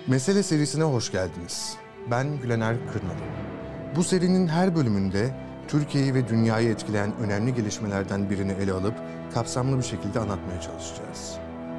Mesele serisine hoş geldiniz. Ben Gülener Kırnalı. Bu serinin her bölümünde Türkiye'yi ve dünyayı etkileyen önemli gelişmelerden birini ele alıp kapsamlı bir şekilde anlatmaya çalışacağız.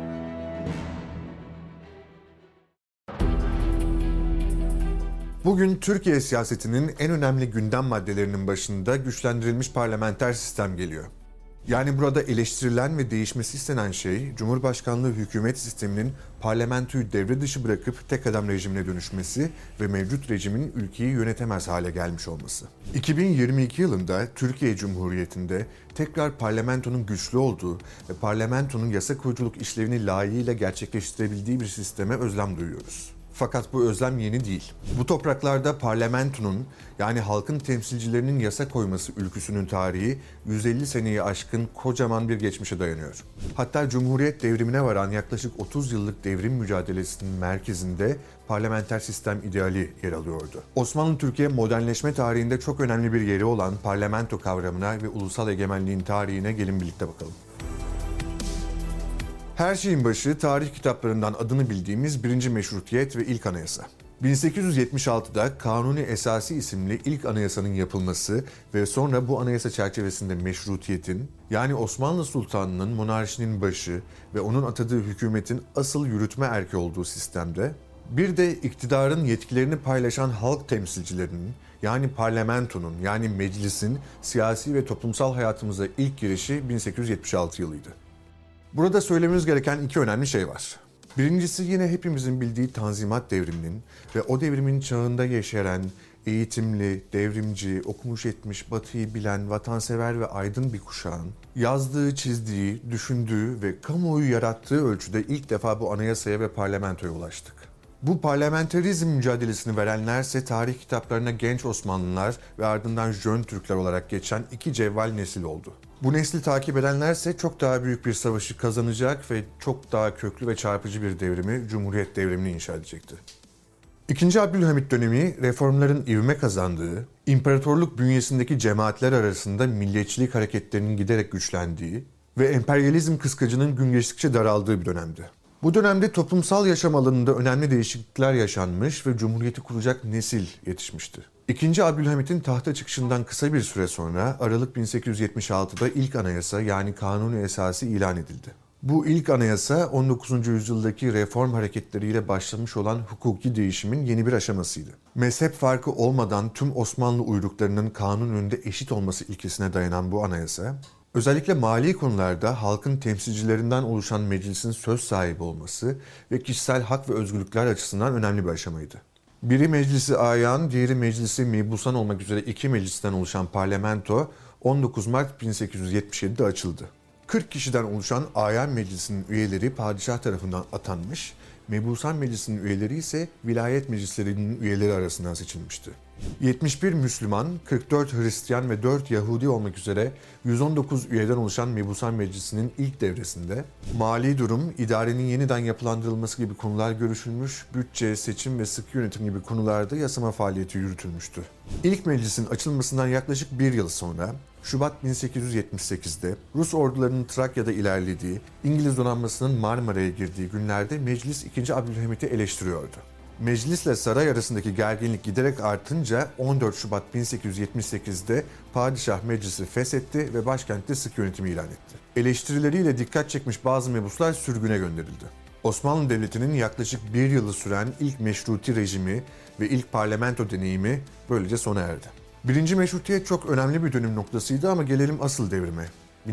Bugün Türkiye siyasetinin en önemli gündem maddelerinin başında güçlendirilmiş parlamenter sistem geliyor. Yani burada eleştirilen ve değişmesi istenen şey, Cumhurbaşkanlığı hükümet sisteminin parlamentoyu devre dışı bırakıp tek adam rejimine dönüşmesi ve mevcut rejimin ülkeyi yönetemez hale gelmiş olması. 2022 yılında Türkiye Cumhuriyeti'nde tekrar parlamentonun güçlü olduğu ve parlamentonun yasa koyuculuk işlevini layığıyla gerçekleştirebildiği bir sisteme özlem duyuyoruz. Fakat bu özlem yeni değil. Bu topraklarda parlamentonun, yani halkın temsilcilerinin yasa koyması ülküsünün tarihi 150 seneyi aşkın kocaman bir geçmişe dayanıyor. Hatta Cumhuriyet devrimine varan yaklaşık 30 yıllık devrim mücadelesinin merkezinde parlamenter sistem ideali yer alıyordu. Osmanlı Türkiye modernleşme tarihinde çok önemli bir yeri olan parlamento kavramına ve ulusal egemenliğin tarihine gelin birlikte bakalım. Her şeyin başı tarih kitaplarından adını bildiğimiz 1. Meşrutiyet ve ilk anayasa. 1876'da Kanuni Esası isimli ilk anayasanın yapılması ve sonra bu anayasa çerçevesinde meşrutiyetin, yani Osmanlı Sultanı'nın monarşinin başı ve onun atadığı hükümetin asıl yürütme erki olduğu sistemde, bir de iktidarın yetkilerini paylaşan halk temsilcilerinin, yani parlamentonun, yani meclisin siyasi ve toplumsal hayatımıza ilk girişi 1876 yılıydı. Burada söylememiz gereken iki önemli şey var. Birincisi yine hepimizin bildiği Tanzimat devriminin ve o devrimin çağında yeşeren, eğitimli, devrimci, okumuş etmiş, Batı'yı bilen, vatansever ve aydın bir kuşağın yazdığı, çizdiği, düşündüğü ve kamuoyu yarattığı ölçüde ilk defa bu anayasaya ve parlamentoya ulaştık. Bu parlamenterizm mücadelesini verenlerse tarih kitaplarına genç Osmanlılar ve ardından Jön Türkler olarak geçen iki cevval nesil oldu. Bu nesli takip edenlerse çok daha büyük bir savaşı kazanacak ve çok daha köklü ve çarpıcı bir devrimi, Cumhuriyet devrimini inşa edecekti. İkinci Abdülhamit dönemi reformların ivme kazandığı, imparatorluk bünyesindeki cemaatler arasında milliyetçilik hareketlerinin giderek güçlendiği ve emperyalizm kıskacının gün geçtikçe daraldığı bir dönemdi. Bu dönemde toplumsal yaşam alanında önemli değişiklikler yaşanmış ve Cumhuriyeti kuracak nesil yetişmişti. İkinci Abdülhamit'in tahta çıkışından kısa bir süre sonra Aralık 1876'da ilk anayasa, yani Kanuni Esası ilan edildi. Bu ilk anayasa 19. yüzyıldaki reform hareketleriyle başlamış olan hukuki değişimin yeni bir aşamasıydı. Mezhep farkı olmadan tüm Osmanlı uyruklarının kanun önünde eşit olması ilkesine dayanan bu anayasa, özellikle mali konularda halkın temsilcilerinden oluşan meclisin söz sahibi olması ve kişisel hak ve özgürlükler açısından önemli bir aşamaydı. Biri meclisi ayan, diğeri meclisi mebusan olmak üzere iki meclisten oluşan parlamento 19 Mart 1877'de açıldı. 40 kişiden oluşan ayan meclisinin üyeleri padişah tarafından atanmış, mebusan meclisinin üyeleri ise vilayet meclislerinin üyeleri arasından seçilmişti. 71 Müslüman, 44 Hristiyan ve 4 Yahudi olmak üzere 119 üyeden oluşan Mebusan Meclisi'nin ilk devresinde mali durum, idarenin yeniden yapılandırılması gibi konular görüşülmüş, bütçe, seçim ve sıkı yönetim gibi konularda yasama faaliyeti yürütülmüştü. İlk meclisin açılmasından yaklaşık bir yıl sonra, Şubat 1878'de Rus ordularının Trakya'da ilerlediği, İngiliz donanmasının Marmara'ya girdiği günlerde meclis 2. Abdülhamit'i eleştiriyordu. Meclisle saray arasındaki gerginlik giderek artınca 14 Şubat 1878'de padişah meclisi feshetti ve başkentte sıkı yönetimi ilan etti. Eleştirileriyle dikkat çekmiş bazı mebuslar sürgüne gönderildi. Osmanlı Devleti'nin yaklaşık bir yılı süren ilk meşruti rejimi ve ilk parlamento deneyimi böylece sona erdi. Birinci Meşrutiyet çok önemli bir dönüm noktasıydı ama gelelim asıl devrime,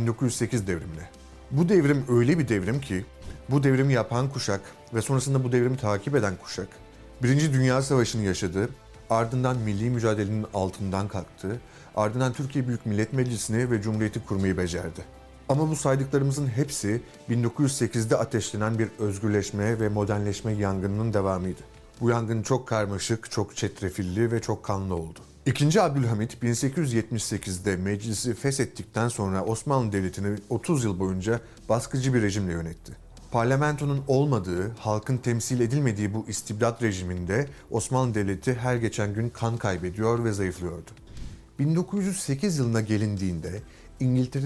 1908 devrimine. Bu devrim öyle bir devrim ki, bu devrimi yapan kuşak ve sonrasında bu devrimi takip eden kuşak, Birinci Dünya Savaşı'nı yaşadı, ardından milli mücadelenin altından kalktı, ardından Türkiye Büyük Millet Meclisi'ni ve Cumhuriyeti kurmayı becerdi. Ama bu saydıklarımızın hepsi 1908'de ateşlenen bir özgürleşme ve modernleşme yangınının devamıydı. Bu yangın çok karmaşık, çok çetrefilli ve çok kanlı oldu. İkinci Abdülhamit 1878'de meclisi feshettikten sonra Osmanlı Devleti'ni 30 yıl boyunca baskıcı bir rejimle yönetti. Parlamentonun olmadığı, halkın temsil edilmediği bu istibdat rejiminde Osmanlı Devleti her geçen gün kan kaybediyor ve zayıflıyordu. 1908 yılına gelindiğinde İngiltere'nin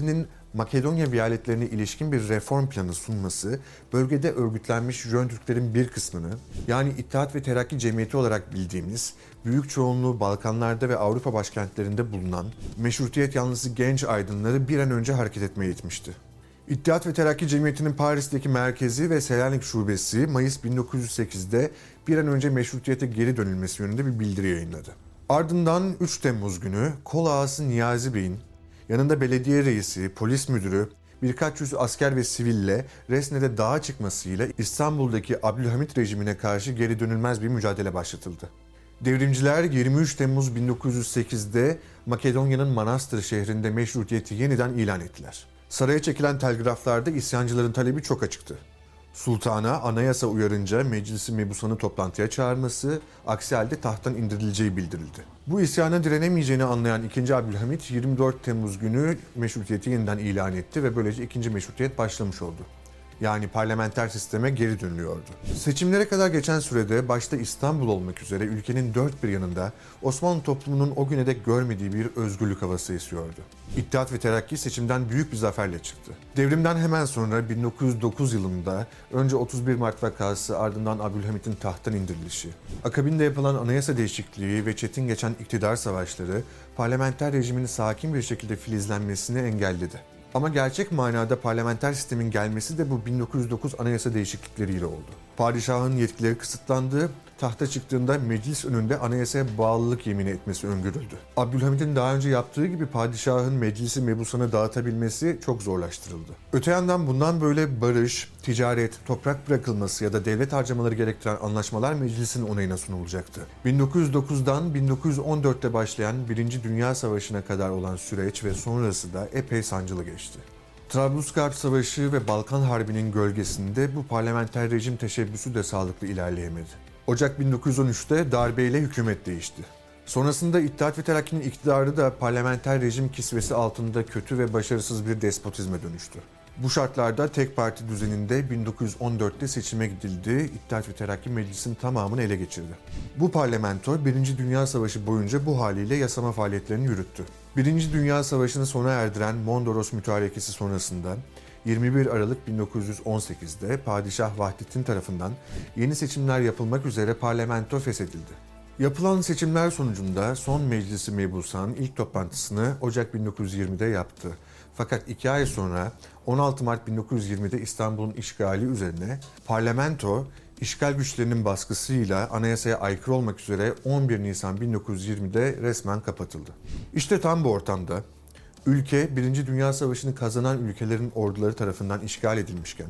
Makedonya vilayetlerine ilişkin bir reform planı sunması, bölgede örgütlenmiş Jön Türklerin bir kısmını, yani İttihat ve Terakki Cemiyeti olarak bildiğimiz, büyük çoğunluğu Balkanlarda ve Avrupa başkentlerinde bulunan meşrutiyet yanlısı genç aydınları bir an önce hareket etmeye itmişti. İttihat ve Terakki Cemiyeti'nin Paris'teki merkezi ve Selanik şubesi Mayıs 1908'de bir an önce meşrutiyete geri dönülmesi yönünde bir bildiri yayınladı. Ardından 3 Temmuz günü Kol Ağası Niyazi Bey'in yanında belediye reisi, polis müdürü, birkaç yüz asker ve siville Resne'de dağa çıkmasıyla İstanbul'daki Abdülhamit rejimine karşı geri dönülmez bir mücadele başlatıldı. Devrimciler 23 Temmuz 1908'de Makedonya'nın Manastır şehrinde meşrutiyeti yeniden ilan ettiler. Saraya çekilen telgraflarda isyancıların talebi çok açıktı. Sultana anayasa uyarınca Meclis-i Mebusan'ı toplantıya çağırması, aksi halde tahttan indirileceği bildirildi. Bu isyana direnemeyeceğini anlayan 2. Abdülhamit 24 Temmuz günü meşrutiyeti yeniden ilan etti ve böylece 2. Meşrutiyet başlamış oldu. Yani parlamenter sisteme geri dönülüyordu. Seçimlere kadar geçen sürede başta İstanbul olmak üzere ülkenin dört bir yanında Osmanlı toplumunun o güne dek görmediği bir özgürlük havası esiyordu. İttihat ve Terakki seçimden büyük bir zaferle çıktı. Devrimden hemen sonra 1909 yılında önce 31 Mart vakası, ardından Abdülhamit'in tahttan indirilişi, akabinde yapılan anayasa değişikliği ve çetin geçen iktidar savaşları parlamenter rejimin sakin bir şekilde filizlenmesini engelledi. Ama gerçek manada parlamenter sistemin gelmesi de bu 1909 anayasa değişiklikleriyle oldu. Padişahın yetkileri kısıtlandı, tahta çıktığında meclis önünde anayasaya bağlılık yemini etmesi öngörüldü. Abdülhamit'in daha önce yaptığı gibi padişahın Meclis-i Mebusan'ı dağıtabilmesi çok zorlaştırıldı. Öte yandan bundan böyle barış, ticaret, toprak bırakılması ya da devlet harcamaları gerektiren anlaşmalar meclisin onayına sunulacaktı. 1909'dan 1914'te başlayan 1. Dünya Savaşı'na kadar olan süreç ve sonrası da epey sancılı geçti. Trablusgarp Savaşı ve Balkan Harbi'nin gölgesinde bu parlamenter rejim teşebbüsü de sağlıklı ilerleyemedi. Ocak 1913'te darbeyle hükümet değişti. Sonrasında İttihat ve Terakki'nin iktidarı da parlamenter rejim kisvesi altında kötü ve başarısız bir despotizme dönüştü. Bu şartlarda tek parti düzeninde 1914'te seçime gidildi, İttihat ve Terakki meclisin tamamını ele geçirdi. Bu parlamento 1. Dünya Savaşı boyunca bu haliyle yasama faaliyetlerini yürüttü. 1. Dünya Savaşı'nı sona erdiren Mondros Mütarekesi sonrasında 21 Aralık 1918'de Padişah Vahdettin tarafından yeni seçimler yapılmak üzere parlamento feshedildi. Yapılan seçimler sonucunda son Meclis-i Mebusan ilk toplantısını Ocak 1920'de yaptı. Fakat 2 ay sonra 16 Mart 1920'de İstanbul'un işgali üzerine parlamento işgal güçlerinin baskısıyla anayasaya aykırı olmak üzere 11 Nisan 1920'de resmen kapatıldı. İşte tam bu ortamda ülke 1. Dünya Savaşı'nı kazanan ülkelerin orduları tarafından işgal edilmişken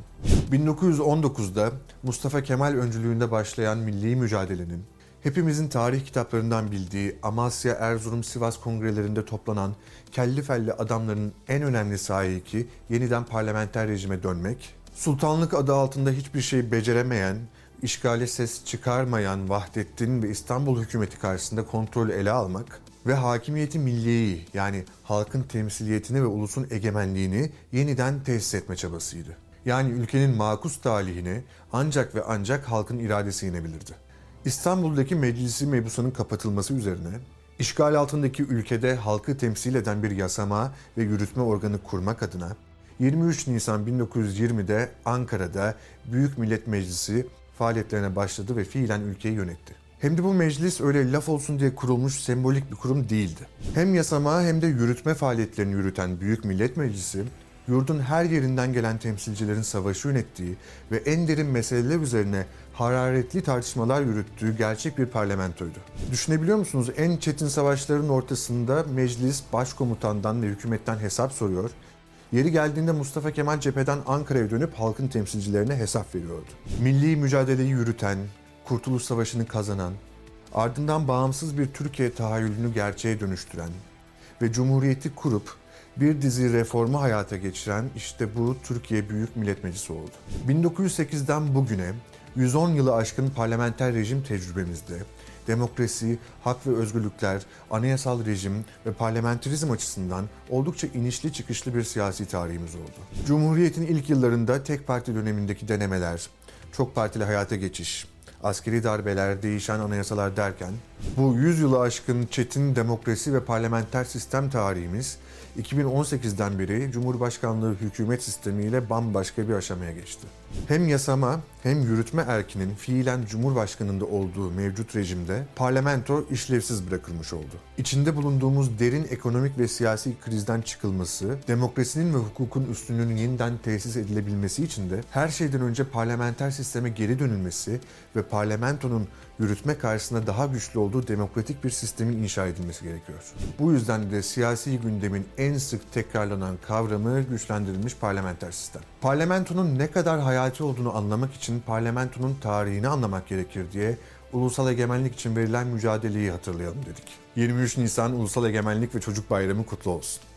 1919'da Mustafa Kemal öncülüğünde başlayan milli mücadelenin hepimizin tarih kitaplarından bildiği Amasya, Erzurum, Sivas kongrelerinde toplanan kelli felli adamların en önemli sahiki yeniden parlamenter rejime dönmek, sultanlık adı altında hiçbir şey beceremeyen, işgale ses çıkarmayan Vahdettin ve İstanbul hükümeti karşısında kontrolü ele almak ve hakimiyeti milliyeyi, yani halkın temsiliyetini ve ulusun egemenliğini yeniden tesis etme çabasıydı. Yani ülkenin makus talihine ancak ve ancak halkın iradesi yenebilirdi. İstanbul'daki Meclis-i Mebusan'ın kapatılması üzerine işgal altındaki ülkede halkı temsil eden bir yasama ve yürütme organı kurmak adına 23 Nisan 1920'de Ankara'da Büyük Millet Meclisi faaliyetlerine başladı ve fiilen ülkeyi yönetti. Hem de bu meclis öyle laf olsun diye kurulmuş sembolik bir kurum değildi. Hem yasama hem de yürütme faaliyetlerini yürüten Büyük Millet Meclisi, yurdun her yerinden gelen temsilcilerin savaşı yönettiği ve en derin meseleler üzerine hararetli tartışmalar yürüttüğü gerçek bir parlamentoydu. Düşünebiliyor musunuz? En çetin savaşların ortasında meclis başkomutandan ve hükümetten hesap soruyor. Yeri geldiğinde Mustafa Kemal cepheden Ankara'ya dönüp halkın temsilcilerine hesap veriyordu. Milli mücadeleyi yürüten, Kurtuluş Savaşı'nı kazanan, ardından bağımsız bir Türkiye tahayyülünü gerçeğe dönüştüren ve Cumhuriyeti kurup bir dizi reformu hayata geçiren işte bu Türkiye Büyük Millet Meclisi oldu. 1908'den bugüne 110 yılı aşkın parlamenter rejim tecrübemizde demokrasi, hak ve özgürlükler, anayasal rejim ve parlamenterizm açısından oldukça inişli çıkışlı bir siyasi tarihimiz oldu. Cumhuriyetin ilk yıllarında tek parti dönemindeki denemeler, çok partili hayata geçiş, askeri darbeler, değişen anayasalar derken bu 100 yılı aşkın çetin demokrasi ve parlamenter sistem tarihimiz 2018'den beri Cumhurbaşkanlığı hükümet sistemiyle bambaşka bir aşamaya geçti. Hem yasama hem yürütme erkinin fiilen Cumhurbaşkanı'nda olduğu mevcut rejimde parlamento işlevsiz bırakılmış oldu. İçinde bulunduğumuz derin ekonomik ve siyasi krizden çıkılması, demokrasinin ve hukukun üstünlüğünün yeniden tesis edilebilmesi için de her şeyden önce parlamenter sisteme geri dönülmesi ve parlamentonun yürütme karşısında daha güçlü olduğu demokratik bir sistemin inşa edilmesi gerekiyor. Bu yüzden de siyasi gündemin en sık tekrarlanan kavramı güçlendirilmiş parlamenter sistem. Parlamentonun ne kadar hayati olduğunu anlamak için parlamentonun tarihini anlamak gerekir diye ulusal egemenlik için verilen mücadeleyi hatırlayalım dedik. 23 Nisan Ulusal Egemenlik ve Çocuk Bayramı kutlu olsun.